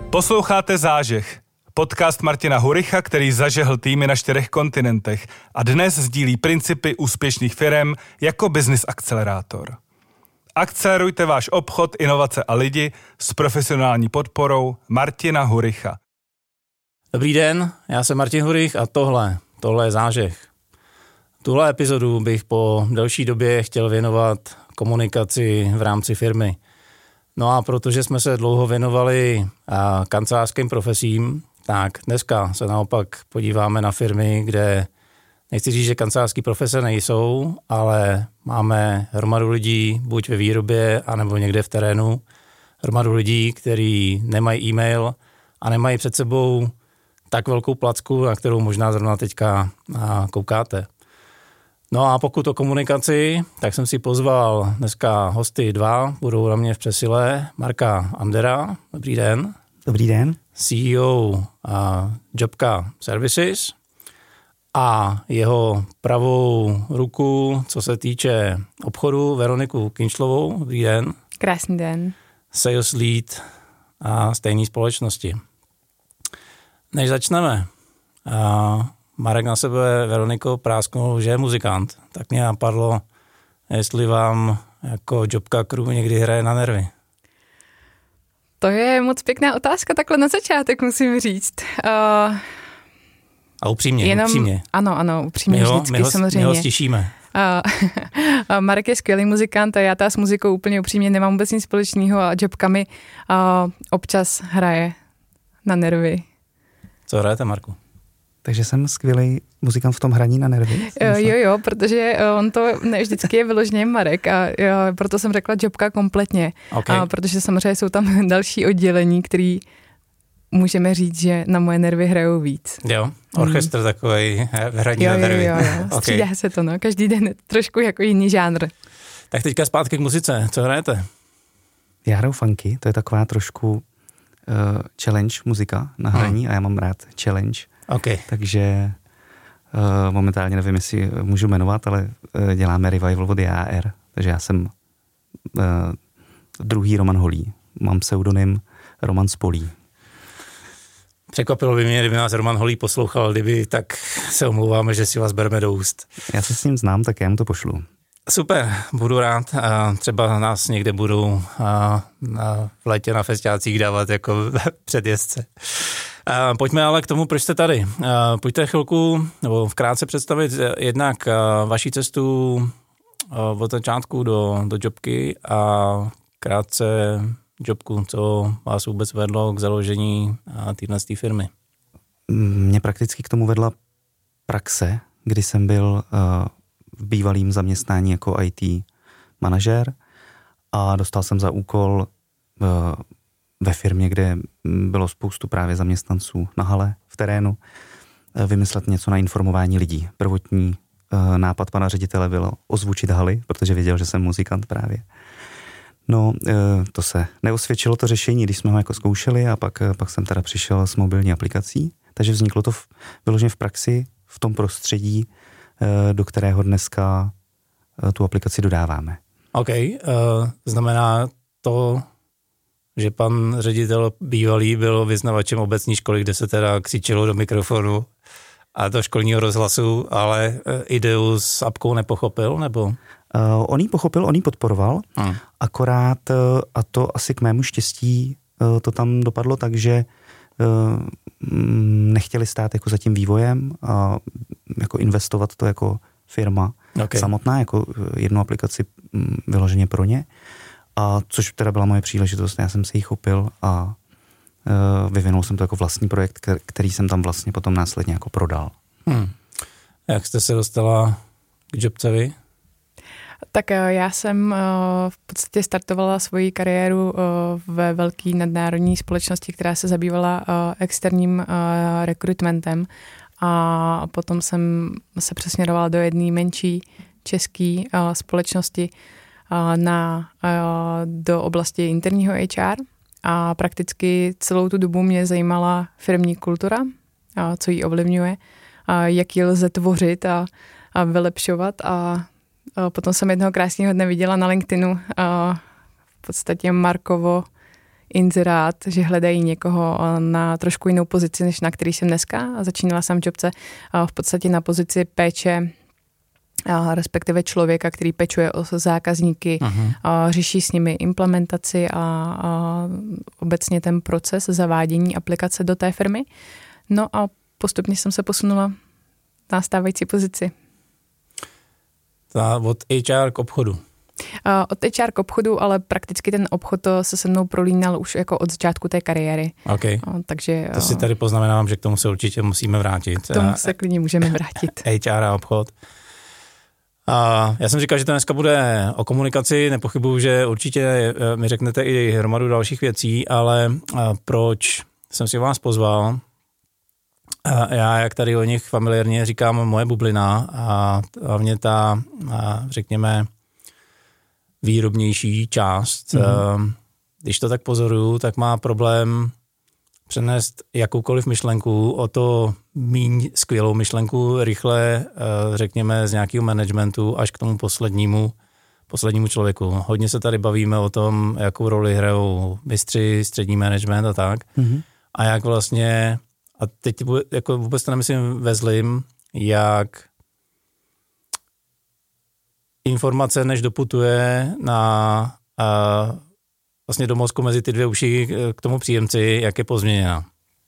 Posloucháte Zážeh, podcast Martina Huricha, který zažehl týmy na 4 kontinentech a dnes sdílí principy úspěšných firem jako business akcelerátor. Akcelerujte váš obchod, inovace a lidi s profesionální podporou Martina Huricha. Dobrý den, já jsem Martin Hurich a tohle je Zážeh. Tuhle epizodu bych po delší době chtěl věnovat komunikaci v rámci firmy. No a protože jsme se dlouho věnovali kancelářským profesím, tak dneska se naopak podíváme na firmy, kde nechci říct, že kancelářské profese nejsou, ale máme hromadu lidí, buď ve výrobě, anebo někde v terénu, hromadu lidí, kteří nemají e-mail a nemají před sebou tak velkou placku, na kterou možná zrovna teďka koukáte. No a pokud o komunikaci, tak jsem si pozval dneska hosty 2, budou na mě v přesile, Marka Andera, dobrý den. Dobrý den. CEO Jobka Services a jeho pravou ruku, co se týče obchodu, Veroniku Kinčlovou, dobrý den. Krásný den. Sales lead a stejné společnosti. Než začneme, Marek na sebe, Veroniko, prásknul, že je muzikant. Tak mě napadlo, jestli vám jako Jobka crew někdy hraje na nervy. To je moc pěkná otázka, takhle na začátek musím říct. A upřímně. Ano, upřímně vždycky samozřejmě. My ho stišíme. Marek je skvělý muzikant a já s muzikou úplně upřímně nemám vůbec nic společného a Jobka mi občas hraje na nervy. Co hrajete, Marku? Takže jsem skvělý muzikant v tom hraní na nervy? Jo, protože on to ne vždycky je vyloženě Marek a proto jsem řekla Jobka kompletně. Okay. Protože samozřejmě jsou tam další oddělení, který můžeme říct, že na moje nervy hrajou víc. Jo, orchestr takovej hraní na nervy. Jo. Střídá se to, no. Každý den trošku jako jiný žánr. Tak teďka zpátky k muzice. Co hrajete? Já hraju funky, to je taková trošku challenge muzika na hraní a já mám rád challenge. Okay. Takže momentálně nevím, jestli můžu jmenovat, ale děláme revival od JAR. Takže já jsem druhý Roman Holý. Mám pseudonym Roman Spolí. Překvapilo by mě, kdyby nás Roman Holý poslouchal, kdyby, tak se omlouváme, že si vás bereme do úst. Já se s ním znám, tak já mu to pošlu. Super, budu rád. Třeba nás někde budu v létě na festiácích dávat jako předjezdce. Pojďme ale k tomu, proč jste tady. Pojďte chvilku, nebo vkrátce představit jednak vaši cestu od začátku do Jobky a krátce Jobku, co vás vůbec vedlo k založení této firmy. Mě prakticky k tomu vedla praxe, kdy jsem byl v bývalým zaměstnání jako IT manažer a dostal jsem za úkol ve firmě, kde bylo spoustu právě zaměstnanců na hale v terénu, vymyslet něco na informování lidí. Prvotní nápad pana ředitele bylo ozvučit haly, protože věděl, že jsem muzikant právě. No, to se neosvědčilo to řešení, když jsme ho jako zkoušeli a pak jsem teda přišel s mobilní aplikací, takže vzniklo to vyloženě v praxi, v tom prostředí, do kterého dneska tu aplikaci dodáváme. OK, znamená to, že pan ředitel bývalý byl vyznavačem obecní školy, kde se teda křičelo do mikrofonu a do školního rozhlasu, ale ideu s apkou nepochopil, nebo? On ji pochopil, on ji podporoval, akorát, a to asi k mému štěstí, to tam dopadlo tak, že nechtěli stát jako za tím vývojem a jako investovat to jako firma samotná, jako jednu aplikaci vyloženě pro ně. A což teda byla moje příležitost, já jsem se jí chopil a vyvinul jsem to jako vlastní projekt, který jsem tam vlastně potom následně jako prodal. Jak jste se dostala k Jobcovi? Tak já jsem v podstatě startovala svoji kariéru ve velké nadnárodní společnosti, která se zabývala externím rekrutmentem a potom jsem se přesměrovala do jedné menší české společnosti do oblasti interního HR a prakticky celou tu dobu mě zajímala firmní kultura, co ji ovlivňuje, jak ji lze tvořit a vylepšovat a potom jsem jednoho krásného dne viděla na LinkedInu v podstatě Markovo inzerát, že hledají někoho na trošku jinou pozici, než na který jsem dneska. A začínala jsem v Jobce v podstatě na pozici péče, respektive člověka, který pečuje o zákazníky, řeší s nimi implementaci a obecně ten proces zavádění aplikace do té firmy. No a postupně jsem se posunula na stávající pozici. Od HR k obchodu. Od HR k obchodu, ale prakticky ten obchod se mnou prolínal už jako od začátku té kariéry. Okay. Takže to si tady poznamenávám, že k tomu se určitě musíme vrátit. K tomu se klidně můžeme vrátit. HR a obchod. Já jsem říkal, že to dneska bude o komunikaci, nepochybuju, že určitě mi řeknete i hromadu dalších věcí, ale proč jsem si vás pozval? Já, jak tady o nich familiárně říkám, moje bublina a hlavně ta, řekněme, výrobnější část, když to tak pozoruju, tak má problém přenést jakoukoliv myšlenku, o to míň skvělou myšlenku, rychle, řekněme, z nějakého managementu až k tomu poslednímu člověku. Hodně se tady bavíme o tom, jakou roli hrajou mistři, střední management a tak. A jak vlastně, a teď jako vůbec to nemyslím ve zlým, jak informace, než doputuje na vlastně do mozku mezi ty dvě uši k tomu příjemci, jak je pozměněna.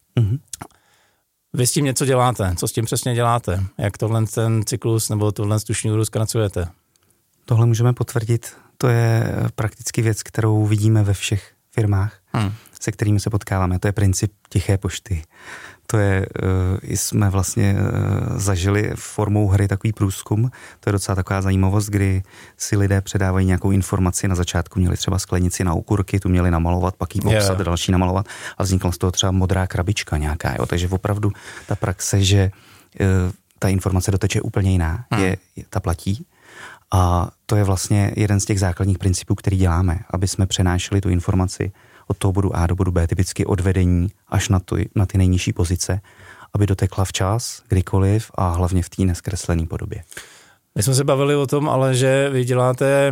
Vy s tím něco děláte. Co s tím přesně děláte? Jak tohle ten cyklus nebo tohle tu šňůru zkracujete? Tohle můžeme potvrdit. To je prakticky věc, kterou vidíme ve všech firmách, se kterými se potkáváme. To je princip tiché pošty. To je, jsme vlastně zažili formou hry takový průzkum. To je docela taková zajímavost, kdy si lidé předávají nějakou informaci. Na začátku měli třeba sklenici na okurky, tu měli namalovat, pak ji popsat, další namalovat a vznikla z toho třeba modrá krabička nějaká. Jo. Takže opravdu ta praxe, že ta informace doteče úplně jiná, ta platí. A to je vlastně jeden z těch základních principů, který děláme, aby jsme přenášeli tu informaci od toho bodu A do bodu B, typicky od vedení až na ty nejnižší pozice, aby dotekla včas, kdykoliv a hlavně v té neskreslené podobě. My jsme se bavili o tom, ale že vy děláte,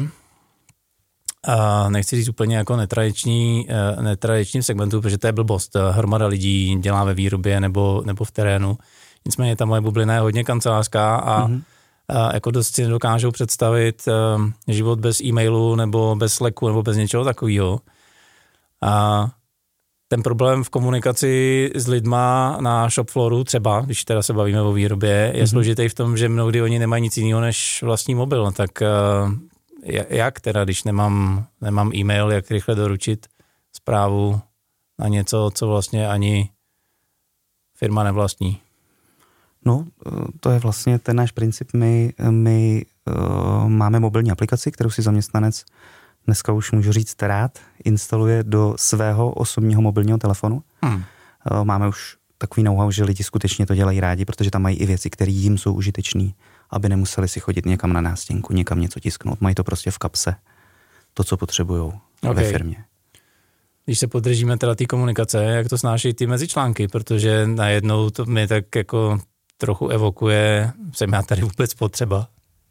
nechci říct úplně jako netradičním segmentu, protože to je blbost. Hromada lidí dělá ve výrobě nebo v terénu. Nicméně ta moje bublina je hodně kancelářská a jako dost si nedokážou představit život bez e-mailu nebo bez Slacku nebo bez něčeho takového. A ten problém v komunikaci s lidma na shop flooru třeba, když teda se bavíme o výrobě, je složitý v tom, že mnohdy oni nemají nic jiného než vlastní mobil. Tak jak teda, když nemám e-mail, jak rychle doručit zprávu na něco, co vlastně ani firma nevlastní? No, to je vlastně ten náš princip. My máme mobilní aplikaci, kterou si zaměstnanec, dneska už můžu říct rád, instaluje do svého osobního mobilního telefonu. Máme už takový know-how, že lidi skutečně to dělají rádi, protože tam mají i věci, které jim jsou užitečné, aby nemuseli si chodit někam na nástěnku, někam něco tisknout. Mají to prostě v kapse, to, co potřebujou ve firmě. Když se podržíme teda té komunikace, jak to snáší ty mezičlánky, protože najednou to mi tak jako trochu evokuje, jsem já tady vůbec potřeba.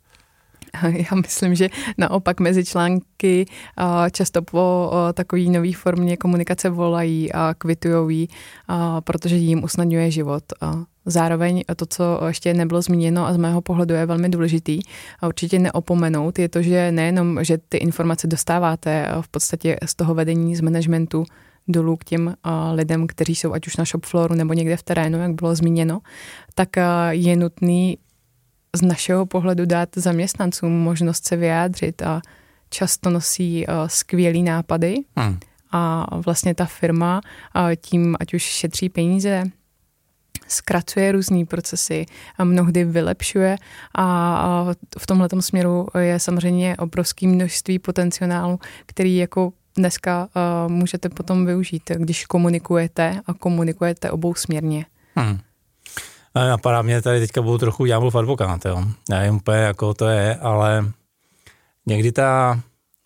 Já myslím, že naopak mezičlánky často po takové nové formě komunikace volají a kvitujou ji, protože jim usnadňuje život. Zároveň to, co ještě nebylo zmíněno a z mého pohledu je velmi důležitý a určitě neopomenout, je to, že nejenom, že ty informace dostáváte v podstatě z toho vedení, z managementu dolů k těm lidem, kteří jsou ať už na shop flooru nebo někde v terénu, jak bylo zmíněno, tak je nutný z našeho pohledu dát zaměstnancům možnost se vyjádřit a často nosí skvělý nápady a vlastně ta firma tím, ať už šetří peníze, zkracuje různý procesy a mnohdy vylepšuje a v tomhletom směru je samozřejmě obrovské množství potenciálu, který jako dneska můžete potom využít, když komunikujete a komunikujete obousměrně. Napadá mě tady teďka budu trochu ďáblův advokát, jo. Já nevím úplně, jako to je, ale někdy ta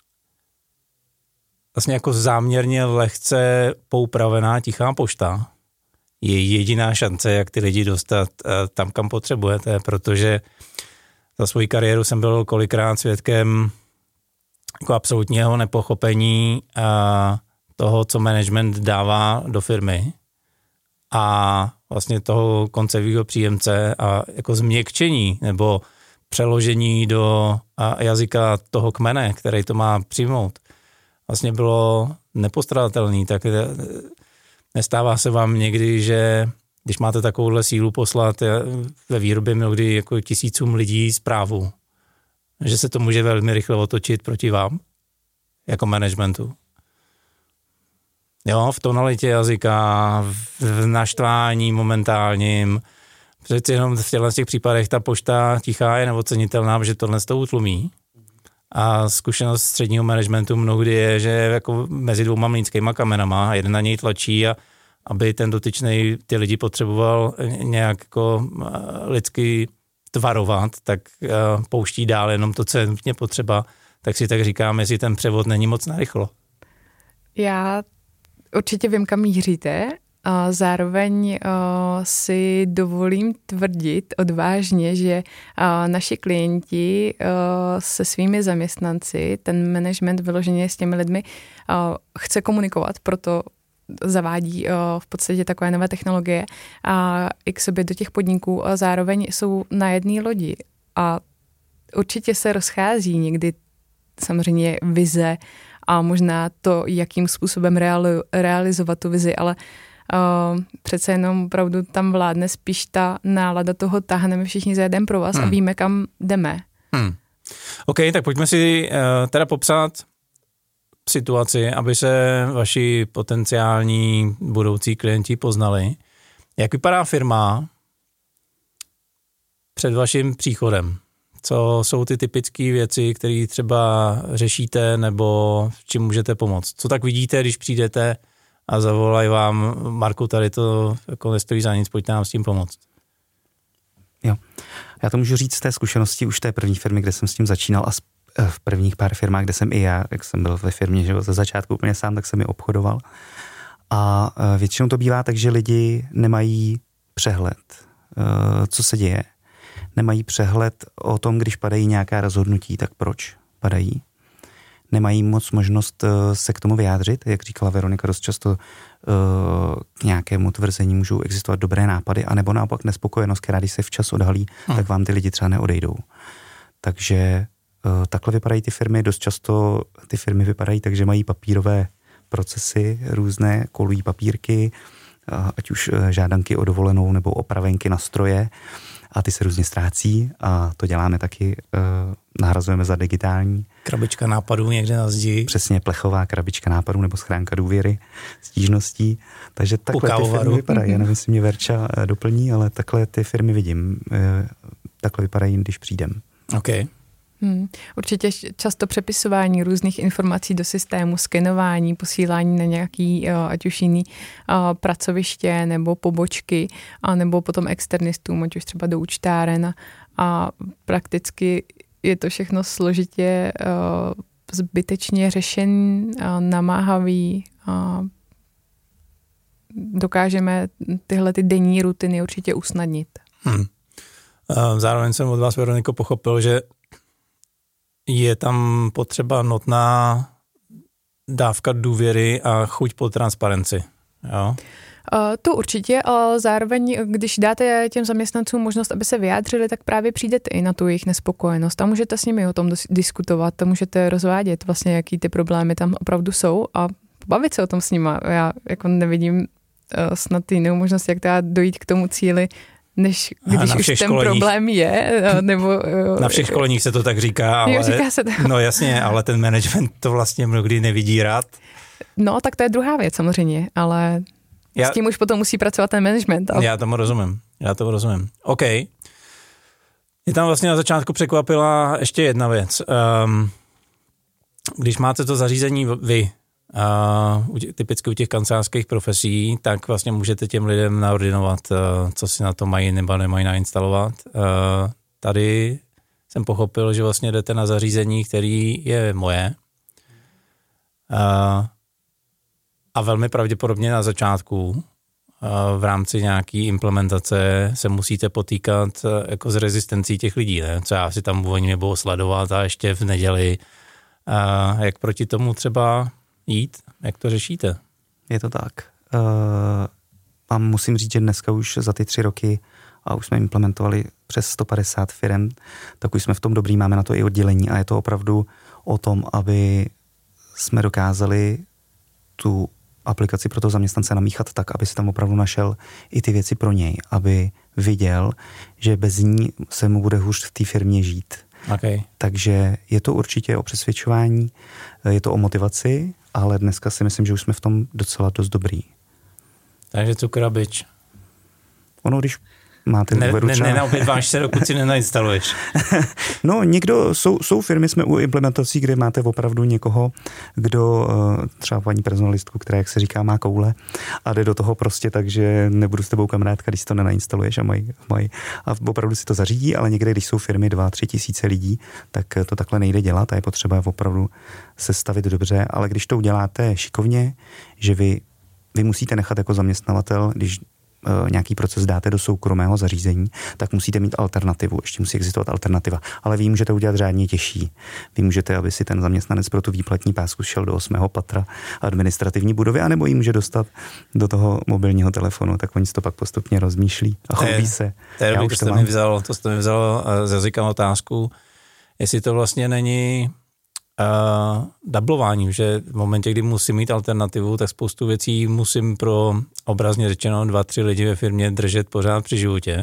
vlastně jako záměrně lehce poupravená tichá pošta je jediná šance, jak ty lidi dostat tam, kam potřebujete, protože za svou kariéru jsem byl kolikrát svědkem jako absolutního nepochopení toho, co management dává do firmy a vlastně toho koncového příjemce a jako změkčení nebo přeložení do jazyka toho kmene, který to má přijmout, vlastně bylo nepostradatelný. Tak nestává se vám někdy, že když máte takovouhle sílu poslat ve výrobě mnohdy jako tisícům lidí zprávu, že se to může velmi rychle otočit proti vám, jako managementu. Jo, v tonalitě jazyka, v naštvání momentálním. Přeci jenom v těch případech ta pošta tichá je neocenitelná, že tohle to utlumí. A zkušenost středního managementu mnohdy je, že jako mezi dvouma mlýnskýma kamenama jeden na něj tlačí a aby ten dotyčnej ty lidi potřeboval nějak jako lidsky tvarovat, tak pouští dál jenom to, co je nutně potřeba, tak si tak říkám, jestli ten převod není moc narychlo. Já určitě vím, kam míříte. A zároveň si dovolím tvrdit odvážně, že naši klienti se svými zaměstnanci, ten management vyloženě s těmi lidmi chce komunikovat, proto zavádí v podstatě takové nové technologie a i k sobě do těch podniků a zároveň jsou na jedné lodi. A určitě se rozchází někdy samozřejmě vize a možná to, jakým způsobem realizovat tu vizi, ale přece jenom opravdu tam vládne spíš ta nálada toho táhneme všichni za jeden pro vás a víme, kam jdeme. OK, tak pojďme si teda popsat situaci, aby se vaši potenciální budoucí klienti poznali. Jak vypadá firma před vaším příchodem? Co jsou ty typické věci, které třeba řešíte nebo v čím můžete pomoct? Co tak vidíte, když přijdete a zavolají vám, Marku, tady to jako nestojí za nic, pojďte nám s tím pomoct. Jo, já to můžu říct z té zkušenosti už té první firmy, kde jsem s tím začínal a v prvních pár firmách, kde jsem i já, jak jsem byl ve firmě, že ze začátku úplně sám, tak jsem ji obchodoval. A většinou to bývá tak, že lidi nemají přehled, co se děje. Nemají přehled o tom, když padají nějaká rozhodnutí, tak proč padají. Nemají moc možnost se k tomu vyjádřit. Jak říkala Veronika, dost často k nějakému tvrzení můžou existovat dobré nápady, anebo naopak nespokojenost, která když se včas odhalí, tak vám ty lidi třeba neodejdou. Takže takhle vypadají ty firmy. Dost často ty firmy vypadají tak, že mají papírové procesy různé, kolují papírky, ať už žádanky o dovolenou nebo opravenky na stroje a ty se různě ztrácí a to děláme taky, nahrazujeme za digitální. Krabička nápadů někde na zdi. Přesně, plechová krabička nápadů nebo schránka důvěry, stížností. Takže takhle ty firmy vypadají. Já nevím, jestli mě Verča doplní, ale takhle ty firmy vidím. Takhle vypadají, když přijdem. OK. Určitě často přepisování různých informací do systému, skenování, posílání na nějaký, ať už jiný pracoviště nebo pobočky, a nebo potom externistům, ať už třeba do účtáren a prakticky je to všechno složitě, zbytečně řešený, namáhavý. Dokážeme tyhle ty denní rutiny určitě usnadnit. Zároveň jsem od vás, Veroniko, pochopil, že je tam potřeba notná dávka důvěry a chuť po transparenci. Jo? To určitě, ale zároveň, když dáte těm zaměstnancům možnost, aby se vyjádřili, tak právě přijdete i na tu jejich nespokojenost a můžete s nimi o tom diskutovat, můžete rozvádět vlastně, jaký ty problémy tam opravdu jsou a bavit se o tom s nima. Já jako nevidím snad jinou možnost, jak dojít k tomu cíli, než když už ten problém je. Nebo, na všech školeních se to tak říká, ale, jo, říká se to. No jasně, ale ten management to vlastně mnohdy nevidí rád. No, tak to je druhá věc samozřejmě, ale s tím už potom musí pracovat ten management. Ale... Já tomu rozumím. OK. Mě tam vlastně na začátku překvapila ještě jedna věc. Když máte to zařízení vy, typicky u těch kancelářských profesí, tak vlastně můžete těm lidem naordinovat, co si na to mají nebo nemají nainstalovat. Tady jsem pochopil, že vlastně jdete na zařízení, který je moje a velmi pravděpodobně na začátku v rámci nějaký implementace se musíte potýkat jako s rezistencí těch lidí, ne? Co já si tam oni mě budou sledovat a ještě v neděli. Jak proti tomu třeba jít? Jak to řešíte? Je to tak. A musím říct, že dneska už za ty 3 roky a už jsme implementovali přes 150 firem, tak už jsme v tom dobrý, máme na to i oddělení a je to opravdu o tom, aby jsme dokázali tu aplikaci pro toho zaměstnance namíchat tak, aby si tam opravdu našel i ty věci pro něj, aby viděl, že bez ní se mu bude hůř v té firmě žít. Okay. Takže je to určitě o přesvědčování, je to o motivaci, ale dneska si myslím, že už jsme v tom docela dost dobrý. Takže cukr a bič. Ono, když máte neobědváš se, dokud si nenainstaluješ. No, jsou firmy, jsme u implementací, kde máte opravdu někoho, kdo, třeba paní personalistku, která, jak se říká, má koule a jde do toho prostě tak, že nebudu s tebou kamarádka, když si to nenainstaluješ a a opravdu si to zařídí, ale někde, když jsou firmy 2-3 tisíce lidí, tak to takhle nejde dělat a je potřeba opravdu se stavit dobře, ale když to uděláte šikovně, že vy musíte nechat jako zaměstnavatel, když nějaký proces dáte do soukromého zařízení, tak musíte mít alternativu, ještě musí existovat alternativa. Ale vy můžete udělat řádně těžší. Vy můžete, aby si ten zaměstnanec pro tu výplatní pásku šel do 8. patra administrativní budovy, anebo ji může dostat do toho mobilního telefonu, tak oni si to pak postupně rozmýšlí a chlubí se. To jste mi vzal z jazyka otázku, jestli to vlastně není dublování, že v momentě, kdy musím mít alternativu, tak spoustu věcí musím pro obrazně řečeno 2-3 lidi ve firmě držet pořád při životě.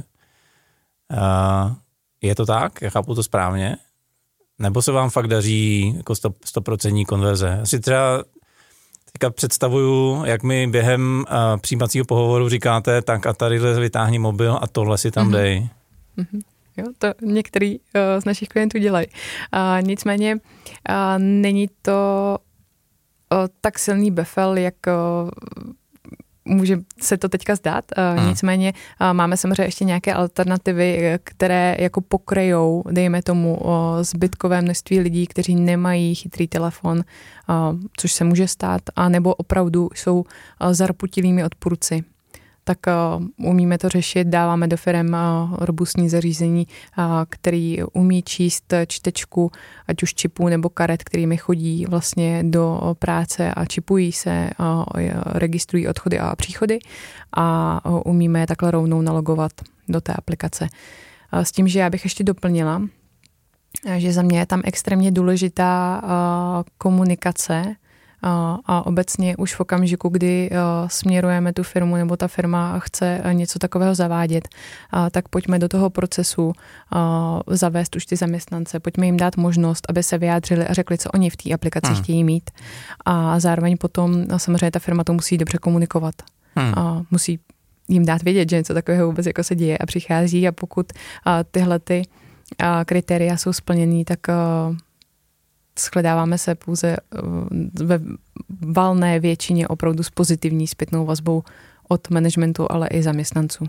Je to tak? Já chápu to správně? Nebo se vám fakt daří jako 100% konverze? Asi třeba teďka představuju, jak mi během přijímacího pohovoru říkáte, tak a tady vytáhni mobil a tohle si tam dej. Jo, to některý z našich klientů dělají. Nicméně není to tak silný befel, jak může se to teďka zdát. Nicméně máme samozřejmě ještě nějaké alternativy, které jako pokryjou, dejme tomu, zbytkové množství lidí, kteří nemají chytrý telefon, což se může stát, anebo opravdu jsou zarputilými odpůrci. Tak umíme to řešit, dáváme do firem robustní zařízení, který umí číst čtečku, ať už čipů nebo karet, kterými chodí vlastně do práce a čipují se, registrují odchody a příchody a umíme je takhle rovnou nalogovat do té aplikace. S tím, že já bych ještě doplnila, že za mě je tam extrémně důležitá komunikace a obecně už v okamžiku, kdy směrujeme tu firmu nebo ta firma chce něco takového zavádět, tak pojďme do toho procesu zavést už ty zaměstnance, pojďme jim dát možnost, aby se vyjádřili a řekli, co oni v té aplikaci chtějí mít. A zároveň potom samozřejmě ta firma to musí dobře komunikovat. Musí jim dát vědět, že něco takového vůbec jako se děje a přichází a pokud tyhle ty kritéria jsou splněný, tak shledáváme se pouze ve valné většině opravdu s pozitivní zpětnou vazbou od managementu, ale i zaměstnanců.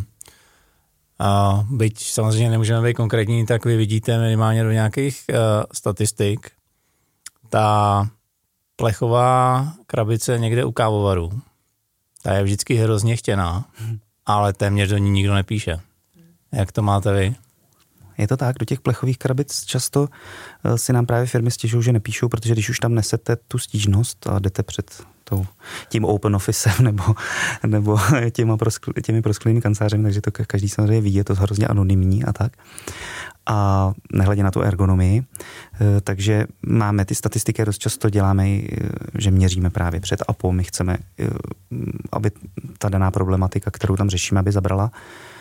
Byť samozřejmě nemůžeme být konkrétní, tak vy vidíte minimálně do nějakých statistik. Ta plechová krabice někde u kávovaru, ta je vždycky hrozně chtěná, ale téměř do ní nikdo nepíše. Jak to máte vy? Je to tak, do těch plechových krabic často si nám právě firmy stěžují, že nepíšou, protože když už tam nesete tu stížnost a jdete před tím open officem nebo těmi prosklenými kancelářemi, takže to každý samozřejmě ví, je to hrozně anonymní a tak. A nehledě na tu ergonomii. Takže máme ty statistiky, dost často děláme, že měříme právě před APO. My chceme, aby ta daná problematika, kterou tam řešíme, aby zabrala.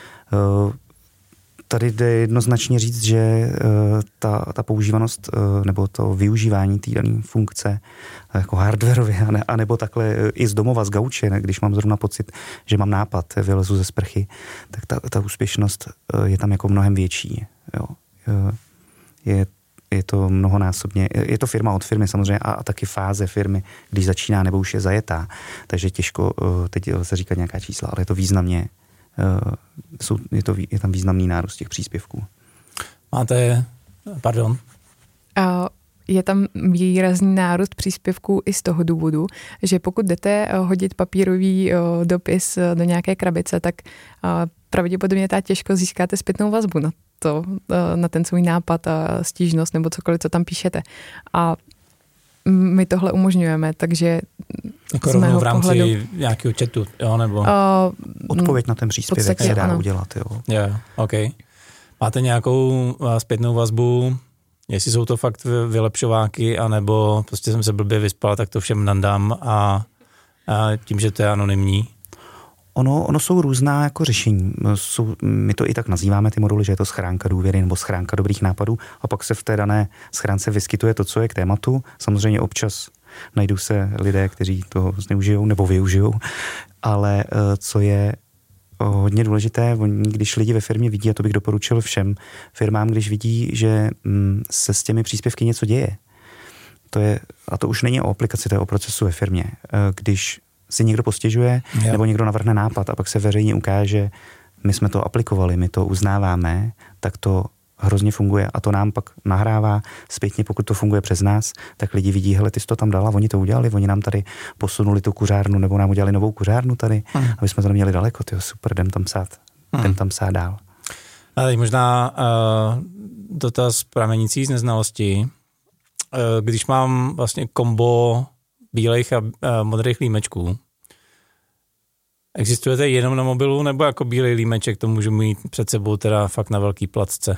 Tady jde jednoznačně říct, že ta používanost nebo to využívání té dané funkce jako hardwarově, anebo takhle i z domova, z gauče, když mám zrovna pocit, že mám nápad, vylezu ze sprchy, tak ta úspěšnost je tam jako mnohem větší. Jo. Je to mnohonásobně, je to firma od firmy samozřejmě a taky fáze firmy, když začíná nebo už je zajetá, takže těžko teď se říkat nějaká čísla, ale je to významně je tam významný nárůst těch příspěvků. Je tam výrazný nárůst příspěvků i z toho důvodu, že pokud jdete hodit papírový dopis do nějaké krabice, tak pravděpodobně těžko získáte zpětnou vazbu na ten svůj nápad a stížnost nebo cokoliv, co tam píšete. A my tohle umožňujeme, takže jako rovnou v rámci nějakého chatu, jo, nebo? Odpověď na ten příspěvek se dá udělat, jo. Yeah, OK. Máte nějakou zpětnou vazbu, jestli jsou to fakt vylepšováky, anebo prostě jsem se blbě vyspal, tak to všem nandám a tím, že to je anonymní? Ono jsou různá jako řešení. My to i tak nazýváme ty moduly, že je to schránka důvěry nebo schránka dobrých nápadů a pak se v té dané schránce vyskytuje to, co je k tématu. Samozřejmě občas najdou se lidé, kteří toho zneužijou nebo využijou, ale co je hodně důležité, když lidi ve firmě vidí, a to bych doporučil všem firmám, když vidí, že se s těmi příspěvky něco děje. A to už není o aplikaci, to je o procesu ve firmě. Když si někdo postěžuje, nebo někdo navrhne nápad a pak se veřejně ukáže, my jsme to aplikovali, my to uznáváme, tak to hrozně funguje a to nám pak nahrává zpětně, pokud to funguje přes nás, tak lidi vidí, hele, ty jsi to tam dala, oni to udělali, oni nám tady posunuli tu kuřárnu nebo nám udělali novou kuřárnu tady, aby jsme to neměli daleko, tyjo, super, jdem tam psát dál. A teď možná dotaz pramenící z neznalosti. Když mám vlastně kombo bílejch a modrých límečků, existujete jenom na mobilu, nebo jako bílej límeček to můžu mít před sebou teda fakt na velký placce?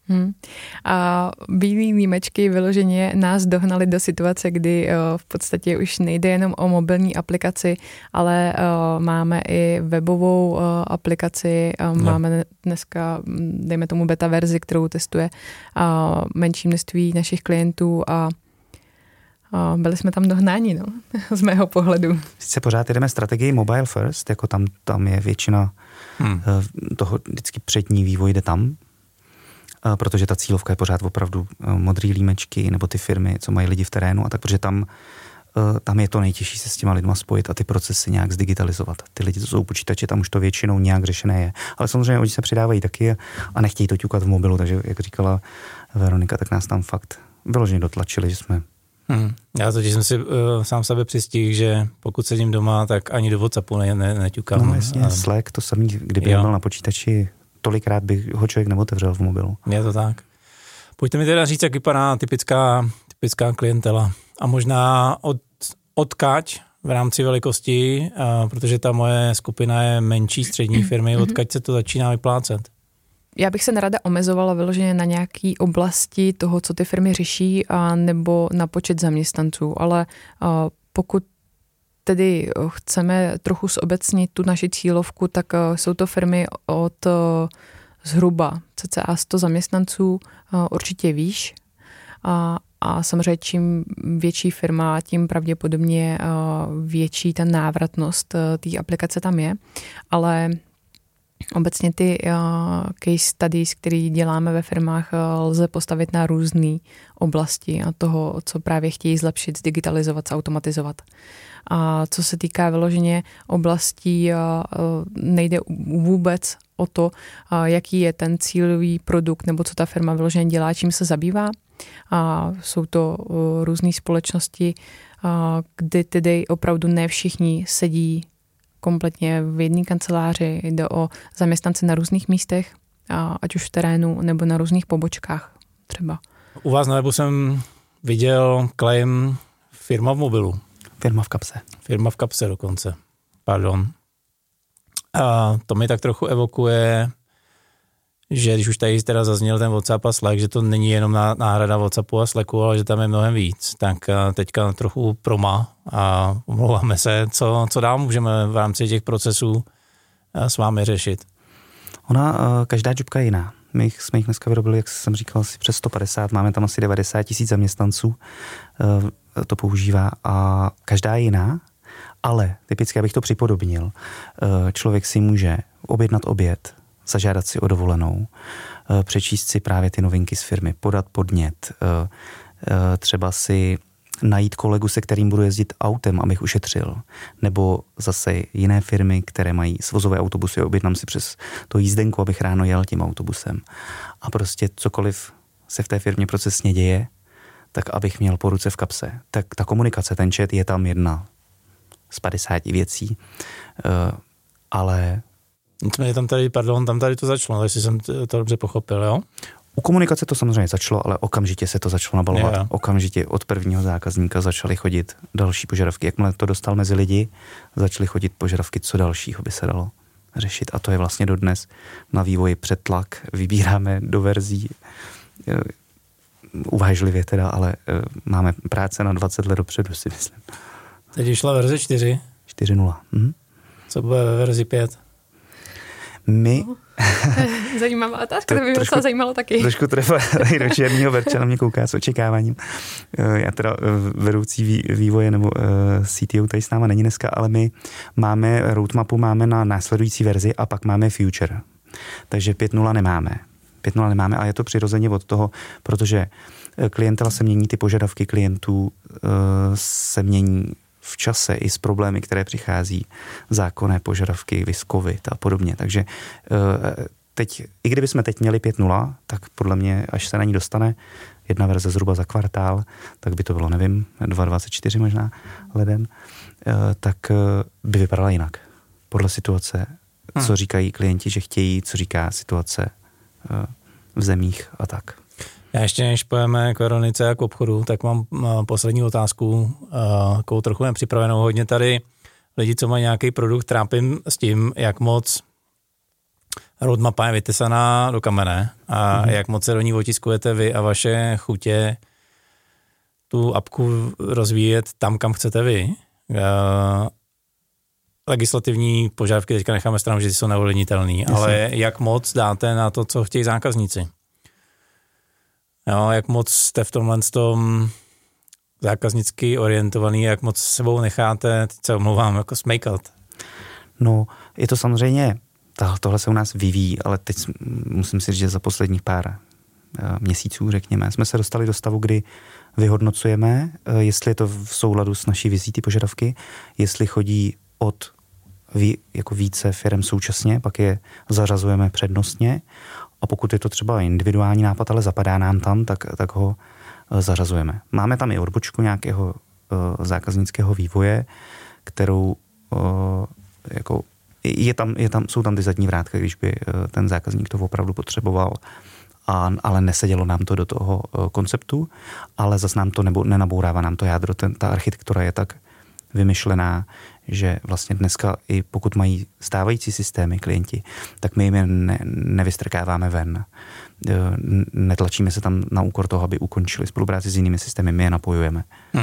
A bílý límečky vyloženě nás dohnali do situace, kdy v podstatě už nejde jenom o mobilní aplikaci, ale máme i webovou aplikaci, máme dneska, dejme tomu beta verzi, kterou testuje menší množství našich klientů a byli jsme tam dohnáni, no, z mého pohledu. Sice pořád jdeme strategii mobile first, jako tam je většina toho vždycky přední vývoj jde tam, protože ta cílovka je pořád opravdu modrý límečky nebo ty firmy, co mají lidi v terénu a tak, protože tam je to nejtěžší se s těma lidma spojit a ty procesy nějak zdigitalizovat. Ty lidi, to jsou počítače, tam už to většinou nějak řešené je. Ale samozřejmě oni se přidávají taky a nechtějí to ťukat v mobilu, takže jak říkala Veronika, tak nás tam fakt vyloženě dotlačili, že jsme... Já totiž jsem si sám sebe přistihl, že pokud sedím doma, tak ani do WhatsAppu neťukám. No jasně, Slack, to samý, kdyby byl na počítači, tolikrát bych ho člověk neotevřel v mobilu. Je to tak. Pojďte mi teda říct, jak vypadá typická klientela. A možná odkaď v rámci velikosti, protože ta moje skupina je menší střední firmy, odkaď se to začíná vyplácet? Já bych se nerada omezovala vyloženě na nějaký oblasti toho, co ty firmy řeší, nebo na počet zaměstnanců, ale pokud tedy chceme trochu zobecnit tu naši cílovku, tak jsou to firmy od zhruba cca 100 zaměstnanců, určitě výš. A samozřejmě čím větší firma, tím pravděpodobně větší ta návratnost té aplikace tam je. Ale obecně ty case studies, které děláme ve firmách, lze postavit na různé oblasti a toho, co právě chtějí zlepšit, zdigitalizovat, zautomatizovat. A co se týká vyloženě oblastí, nejde vůbec o to, jaký je ten cílový produkt nebo co ta firma vyloženě dělá, čím se zabývá. A jsou to různé společnosti, kdy tedy opravdu ne všichni sedí kompletně v jedné kanceláři, jde o zaměstnance na různých místech, ať už v terénu nebo na různých pobočkách třeba. U vás na webu jsem viděl claim firma v mobilu. Firma v kapse. Firma v kapse dokonce. Pardon. A to mi tak trochu evokuje, že když už tady teda zazněl ten WhatsApp a Slack, že to není jenom náhrada WhatsAppu a Slacku, ale že tam je mnohem víc. Tak teďka trochu proma a omlouváme se, co dál můžeme v rámci těch procesů s vámi řešit. Každá jobka je jiná. My jsme jich dneska vyrobili, jak jsem říkal, asi přes 150, máme tam asi 90 000 zaměstnanců, to používá a každá je jiná, ale typicky, abych to připodobnil, člověk si může objednat oběd, zažádat si o dovolenou, přečíst si právě ty novinky z firmy, podat podnět, třeba si najít kolegu, se kterým budu jezdit autem, abych ušetřil, nebo zase jiné firmy, které mají svozové autobusy, objednám si přes to jízdenku, abych ráno jel tím autobusem. A prostě cokoliv se v té firmě procesně děje, tak abych měl po ruce v kapse. Tak ta komunikace, ten chat je tam jedna z 50 věcí, ale... Nicméně tam tady to začalo, jestli jsem to dobře pochopil, jo? U komunikace to samozřejmě začalo, ale okamžitě se to začalo nabalovat. Yeah. Okamžitě od prvního zákazníka začaly chodit další požadavky. Jakmile to dostal mezi lidi, začaly chodit požadavky, co dalšího by se dalo řešit. A to je vlastně dodnes na vývoji přetlak. Vybíráme do verzí uvážlivě teda, ale máme práce na 20 let dopředu, si myslím. Teď šla verze 4. 4.0. Co bude ve verzi 5? My... Zajímavá otázka, to by mě docela zajímalo taky. Trošku trefa do černého verče na mě kouká s očekáváním. Já teda vedoucí vývoje nebo CTO tady s náma není dneska, ale my máme roadmapu, máme na následující verzi a pak máme future. Takže 5.0 nemáme. 5.0 nemáme a je to přirozeně od toho, protože klientela se mění, ty požadavky klientů se mění v čase i s problémy, které přichází, zákonné požadavky, COVID a podobně. Takže teď, i kdybychom teď měli 5.0, tak podle mě, až se na ní dostane jedna verze zhruba za kvartál, tak by to bylo, nevím, 2024 možná leden, tak by vypadala jinak. Podle situace, co říkají klienti, že chtějí, co říká situace v zemích a tak. Já ještě než pojeme k Veronice a k obchodu, tak mám poslední otázku, takovou trochu nepřipravenou. Hodně tady lidi, co mají nějaký produkt, trápím s tím, jak moc roadmapa je vytesaná do kamene a jak moc se do ní otiskujete vy a vaše chutě tu apku rozvíjet tam, kam chcete vy. Legislativní požadavky teďka necháme stranou, že ty jsou neovlivnitelný, ale jak moc dáte na to, co chtějí zákazníci? Jo, jak moc jste v tomhle tom zákaznicky orientovaný, jak moc sebou necháte, teď se omlouvám, jako smejkat? No, je to samozřejmě, tohle se u nás vyvíjí, ale teď musím si říct, že za posledních pár měsíců, řekněme, jsme se dostali do stavu, kdy vyhodnocujeme, jestli je to v souladu s naší vizí ty požadavky, jestli chodí od jako více firem současně, pak je zařazujeme přednostně a pokud je to třeba individuální nápad, ale zapadá nám tam, tak ho zařazujeme. Máme tam i odbočku nějakého zákaznického vývoje, kterou jako jsou tam ty zadní vrátka, když by ten zákazník to opravdu potřeboval, ale nesedělo nám to do toho konceptu, ale zase nám to nenabourává nám to jádro. Ta architektura je tak vymyšlená, že vlastně dneska i pokud mají stávající systémy klienti, tak my jim je nevystrkáváme ven. Netlačíme se tam na úkor toho, aby ukončili spolupráci s jinými systémy, my je napojujeme.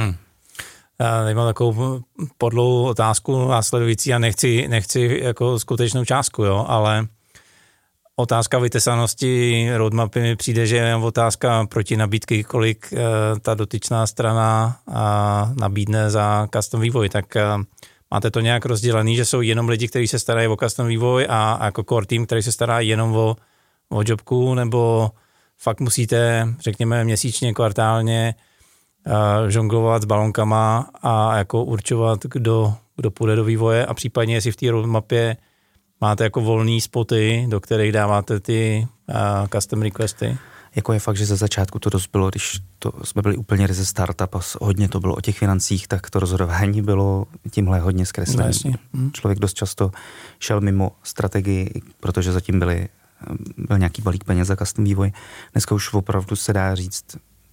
Já tady mám takovou podlou otázku následující a nechci jako skutečnou částku, jo, ale otázka vytesanosti roadmapy mi přijde, že je otázka proti nabídky, kolik ta dotyčná strana nabídne za custom vývoj, tak máte to nějak rozdělený, že jsou jenom lidi, kteří se starají o custom vývoj a jako core team, který se stará jenom o jobku, nebo fakt musíte, řekněme, měsíčně, kvartálně žonglovat s balonkama a jako určovat, kdo půjde do vývoje a případně, jestli v té roadmapě máte jako volný spoty, do kterých dáváte ty custom requesty? Jako je fakt, že ze začátku to dost bylo, když jsme byli úplně ryze startup a hodně to bylo o těch financích, tak to rozhodování bylo tímhle hodně zkreslené. Člověk dost často šel mimo strategii, protože zatím byl nějaký balík peněz za custom vývoj. Dneska už opravdu se dá říct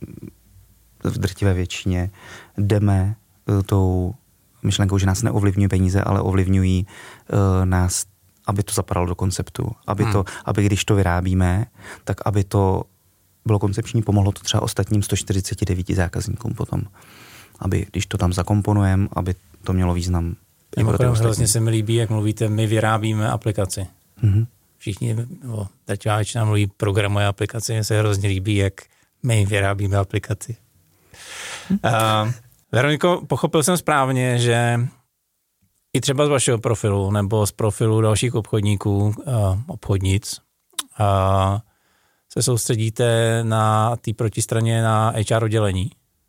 v drtivé většině jdeme tou myšlenkou, že nás neovlivňují peníze, ale ovlivňují nás, aby to zapadalo do konceptu. Aby když to vyrábíme, tak aby to bylo koncepční, pomohlo to třeba ostatním 149 zákazníkům potom. Aby, když to tam zakomponujeme, aby to mělo význam. Hrozně se mi líbí, jak mluvíte, my vyrábíme aplikaci. Všichni, drtivá většina mluví programuje aplikaci, mně se hrozně líbí, jak my vyrábíme aplikaci. Veroniko, pochopil jsem správně, že i třeba z vašeho profilu nebo z profilu dalších obchodníků, obchodnic, se soustředíte na té protistraně na HR oddělení?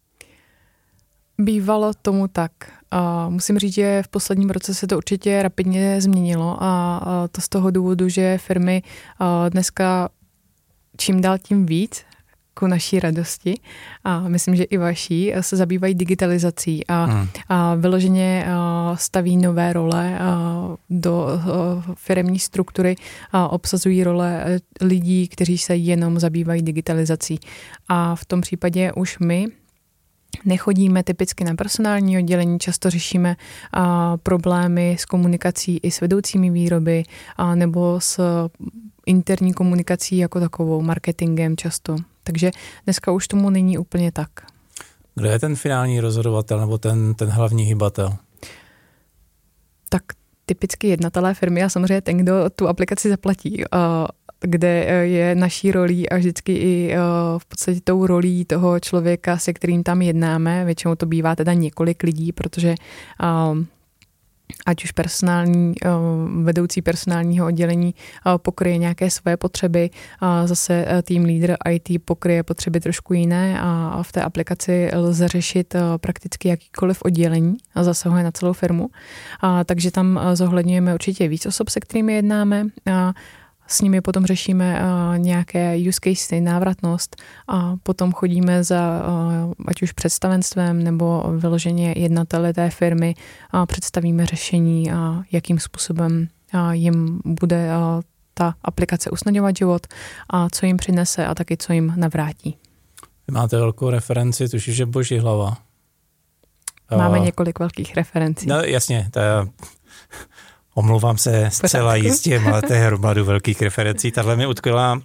Bývalo tomu tak. Musím říct, že v posledním roce se to určitě rapidně změnilo a to z toho důvodu, že firmy dneska čím dál tím víc ku naší radosti a myslím, že i vaší, se zabývají digitalizací a vyloženě staví nové role do firemní struktury a obsazují role lidí, kteří se jenom zabývají digitalizací. A v tom případě už my nechodíme typicky na personální oddělení, často řešíme problémy s komunikací i s vedoucími výroby nebo s interní komunikací jako takovou, marketingem často. Takže dneska už tomu není úplně tak. Kdo je ten finální rozhodovatel nebo ten hlavní hybatel? Tak typicky jednatelé firmy a samozřejmě ten, kdo tu aplikaci zaplatí, kde je naší rolí a vždycky i v podstatě tou rolí toho člověka, se kterým tam jednáme. Většinou to bývá teda několik lidí, protože ať už vedoucí personálního oddělení pokryje nějaké své potřeby, zase tým leader IT pokryje potřeby trošku jiné a v té aplikaci lze řešit prakticky jakýkoliv oddělení a zasahuje na celou firmu. Takže tam zohledňujeme určitě víc osob, se kterými jednáme. S nimi potom řešíme nějaké use case, návratnost a potom chodíme za ať už představenstvem nebo vyloženě jednateli té firmy a představíme řešení a jakým způsobem jim bude ta aplikace usnadňovat život a co jim přinese a taky co jim navrátí. Vy máte velkou referenci, tuším, že Boží hlava. Máme několik velkých referencí. No jasně, omlouvám se zcela jistě, máte hromadu velkých referencí. Tahle mi utkvěla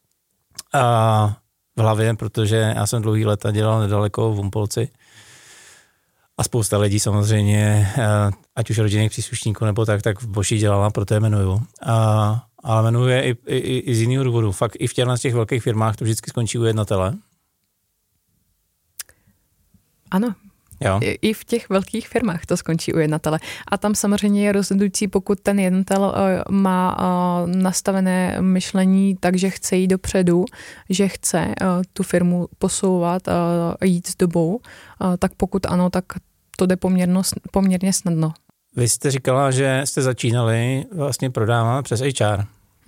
v hlavě, protože já jsem dlouhý léta dělal nedaleko v Humpolci a spousta lidí samozřejmě, ať už rodinných příslušníků nebo tak v Boží dělala, proto je jmenuju. Ale jmenuje i z jiného důvodu. Fakt i v těch velkých firmách to vždycky skončí u jednatele. Ano. Jo. I v těch velkých firmách to skončí u jednatele. A tam samozřejmě je rozhodující, pokud ten jednatel má nastavené myšlení tak, že chce jít dopředu, že chce tu firmu posouvat, jít s dobou, tak pokud ano, tak to jde poměrně snadno. Vy jste říkala, že jste začínali vlastně prodávat přes HR.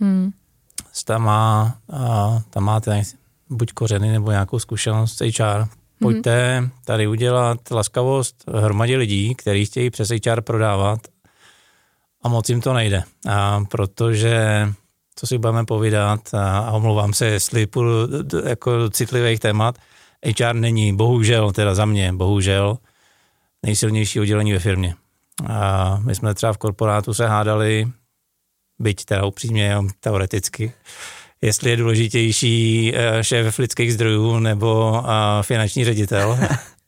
Tam máte buď kořeny nebo nějakou zkušenost s HR. Pojďte tady udělat laskavost hromadě lidí, kteří chtějí přes HR prodávat a moc jim to nejde. Protože, co si budeme povídat, a omlouvám se, jestli půjdu jako do citlivých témat, HR není, bohužel, teda za mě, bohužel, nejsilnější oddělení ve firmě. A my jsme třeba v korporátu se hádali, byť teda upřímně, teoreticky, jestli je důležitější šéf lidských zdrojů nebo finanční ředitel.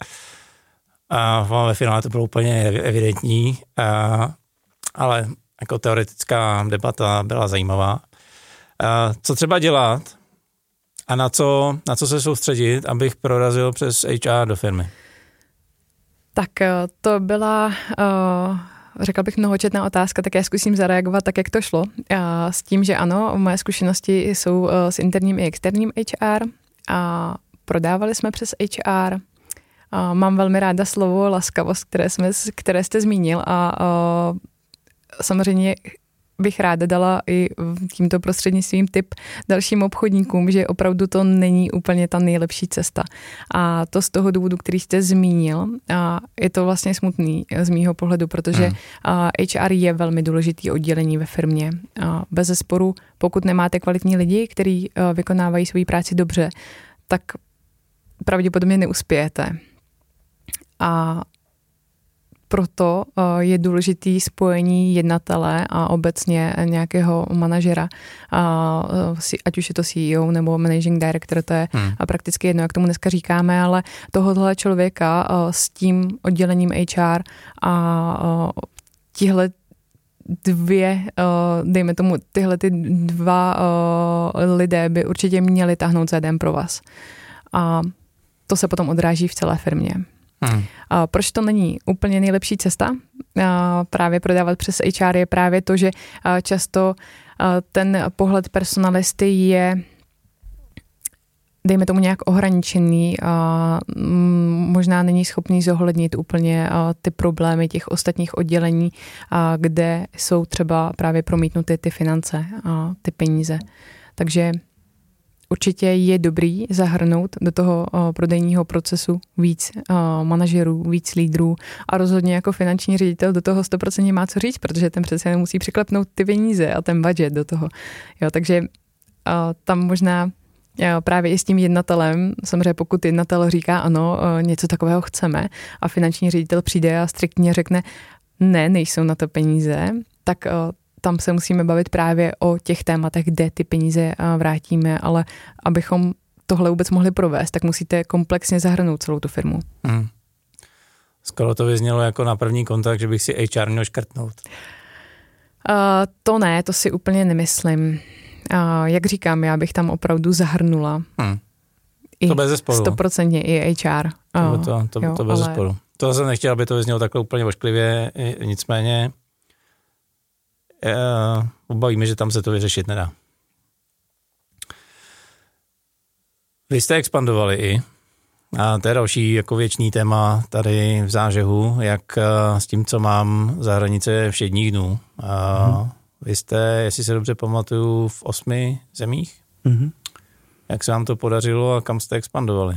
A ve finále to bylo úplně evidentní, ale jako teoretická debata byla zajímavá. Co třeba dělat a na co se soustředit, abych prorazil přes HR do firmy? Tak to byla... řekla bych mnohočetná otázka, tak já zkusím zareagovat tak, jak to šlo. S tím, že ano, moje zkušenosti jsou s interním i externím HR a prodávali jsme přes HR. Mám velmi ráda slovo laskavost, které jste zmínil a samozřejmě bych ráda dala i tímto prostřednictvím tip dalším obchodníkům, že opravdu to není úplně ta nejlepší cesta. A to z toho důvodu, který jste zmínil, a je to vlastně smutný z mýho pohledu, protože HR je velmi důležitý oddělení ve firmě. A bez zesporu, pokud nemáte kvalitní lidi, kteří vykonávají svoji práci dobře, tak pravděpodobně neuspějete. A proto je důležitý spojení jednatele a obecně nějakého manažera, ať už je to CEO nebo managing director, to je prakticky jedno, jak tomu dneska říkáme, ale tohohle člověka s tím oddělením HR a tihle dva lidé by určitě měli táhnout za jeden pro vás. A to se potom odráží v celé firmě. Proč to není úplně nejlepší cesta? Právě prodávat přes HR je právě to, že často ten pohled personalisty je, dejme tomu, nějak ohraničený, možná není schopný zohlednit úplně ty problémy těch ostatních oddělení, kde jsou třeba právě promítnuty ty finance a ty peníze. Takže určitě je dobrý zahrnout do toho prodejního procesu víc manažerů, víc lídrů a rozhodně jako finanční ředitel do toho 100% má co říct, protože ten přece musí přiklepnout ty peníze a ten budget do toho. Jo, takže tam možná právě i s tím jednatelem, samozřejmě pokud jednatel říká ano, něco takového chceme a finanční ředitel přijde a striktně řekne ne, nejsou na to peníze, tak tam se musíme bavit právě o těch tématech, kde ty peníze vrátíme, ale abychom tohle vůbec mohli provést, tak musíte komplexně zahrnout celou tu firmu. Skoro to vyznělo jako na první kontakt, že bych si HR měl škrtnout. To ne, to si úplně nemyslím. Jak říkám, já bych tam opravdu zahrnula. To bez zesporu. 100% i HR. To bez zesporu. To jsem nechtěl, aby to vyznělo takhle úplně ošklivě, nicméně obavíme, že tam se to vyřešit nedá. Vy jste expandovali i, a to je další jako věčný téma tady v Zážehu, jak s tím, co mám za hranice všedních dnů. Vy jste, jestli se dobře pamatuju, v 8 zemích? Jak se vám to podařilo a kam jste expandovali?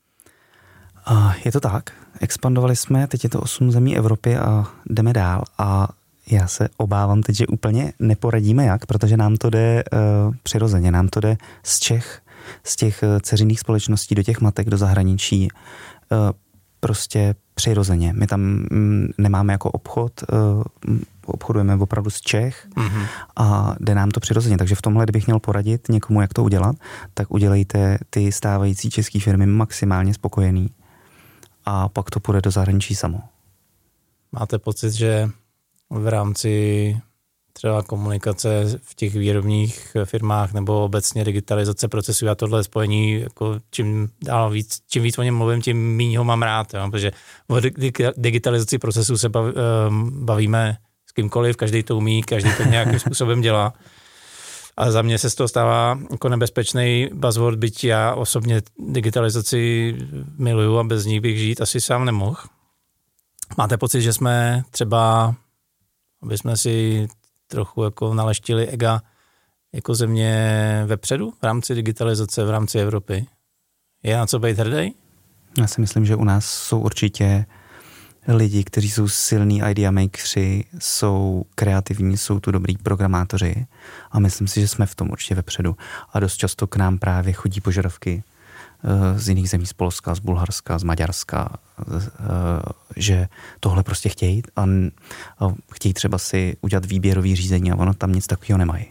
Je to tak. Expandovali jsme, teď je to 8 zemí Evropy a jdeme dál a já se obávám teď, že úplně neporadíme jak, protože nám to jde přirozeně, nám to jde z Čech, z těch dceřinných společností do těch matek, do zahraničí, prostě přirozeně. My tam nemáme jako obchod, obchodujeme opravdu z Čech a jde nám to přirozeně. Takže v tomhle, kdybych měl poradit někomu, jak to udělat, tak udělejte ty stávající české firmy maximálně spokojený a pak to půjde do zahraničí samo. Máte pocit, že v rámci třeba komunikace v těch výrobních firmách nebo obecně digitalizace procesů a tohle spojení, jako čím víc o něm mluvím, tím méně ho mám rád, jo? Protože o digitalizaci procesů se bavíme s kýmkoliv, každý to umí, každý to nějakým způsobem dělá. A za mě se z toho stává jako nebezpečný buzzword, byť já osobně digitalizaci miluju a bez ní bych žít asi sám nemohl. Máte pocit, že jsme třeba, aby jsme si trochu jako naleštili ega jako země vepředu v rámci digitalizace, v rámci Evropy? Je na co být hrdý? Já si myslím, že u nás jsou určitě lidi, kteří jsou silní idea makeři, jsou kreativní, jsou tu dobrý programátoři a myslím si, že jsme v tom určitě vepředu. A dost často k nám právě chodí požadavky z jiných zemí, z Polska, z Bulharska, z Maďarska, že tohle prostě chtějí a chtějí třeba si udělat výběrový řízení a ono tam nic takového nemají.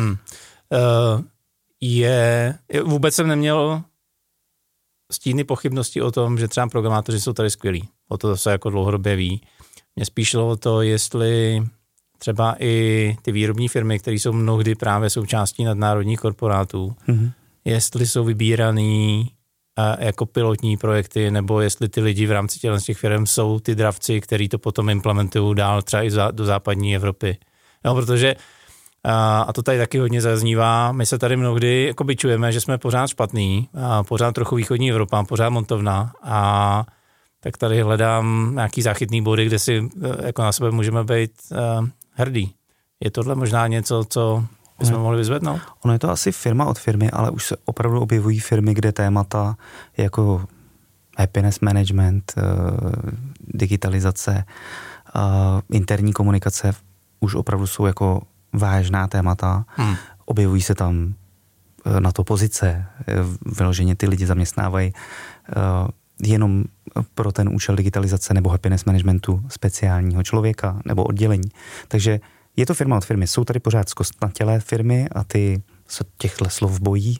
Vůbec jsem neměl stíny pochybnosti o tom, že třeba programátoři jsou tady skvělí. O to se jako dlouhodobě ví. Mě spíš šlo o to, jestli třeba i ty výrobní firmy, které jsou mnohdy právě součástí nadnárodních korporátů, jestli jsou vybíraný jako pilotní projekty, nebo jestli ty lidi v rámci těch firm jsou ty dravci, kteří to potom implementují dál třeba i do západní Evropy. No, protože, a to tady taky hodně zaznívá, my se tady mnohdy jako bičujeme, že jsme pořád špatný, a pořád trochu východní Evropa, pořád montovna a tak tady hledám nějaký záchytný body, kde si jako na sebe můžeme být hrdý. Je tohle možná něco, co bychom mohli vyzvednout? Ono je to asi firma od firmy, ale už se opravdu objevují firmy, kde témata jako happiness management, digitalizace, interní komunikace už opravdu jsou jako vážná témata. Objevují se tam na to pozice. Vyloženě ty lidi zaměstnávají jenom pro ten účel digitalizace nebo happiness managementu speciálního člověka nebo oddělení. Takže je to firma od firmy. Jsou tady pořád zkostnatělé firmy a ty se těchto slov bojí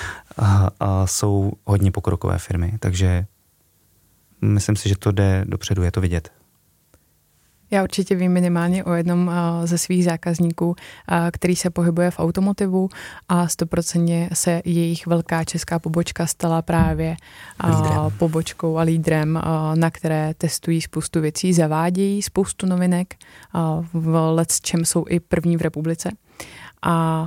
a jsou hodně pokrokové firmy. Takže myslím si, že to jde dopředu, je to vidět. Já určitě vím minimálně o jednom ze svých zákazníků, který se pohybuje v automotivu a 100% se jejich velká česká pobočka stala právě pobočkou a lídrem, na které testují spoustu věcí, zavádějí spoustu novinek, v lecčem jsou i první v republice a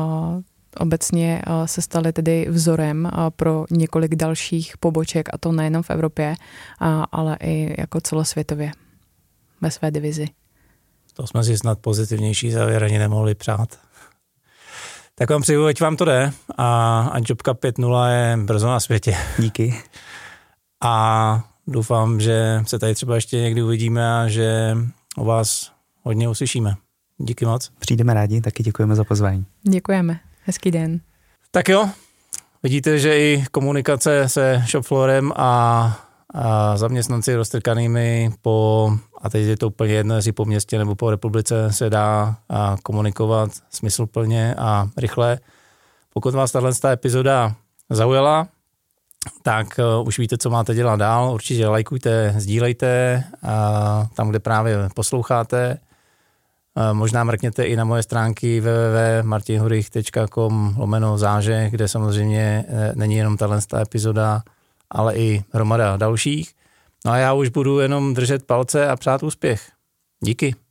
obecně se staly tedy vzorem pro několik dalších poboček a to nejenom v Evropě, ale i jako celosvětově ve své divizi. To jsme si snad pozitivnější závěr ani nemohli přát. Tak vám přeju, ať vám to jde a Jobka 5.0 je brzo na světě. Díky. A doufám, že se tady třeba ještě někdy uvidíme a že o vás hodně uslyšíme. Díky moc. Přijdeme rádi, taky děkujeme za pozvání. Děkujeme. Hezký den. Tak jo, vidíte, že i komunikace se shopfloorem a zaměstnanci roztrkanými a teď je to úplně jedno, jestli po městě nebo po republice se dá komunikovat smysluplně a rychle. Pokud vás tato epizoda zaujala, tak už víte, co máte dělat dál. Určitě lajkujte, sdílejte tam, kde právě posloucháte. Možná mrkněte i na moje stránky www.martinhurich.com/zážeh, kde samozřejmě není jenom tato epizoda, ale i hromada dalších. No a já už budu jenom držet palce a přát úspěch. Díky.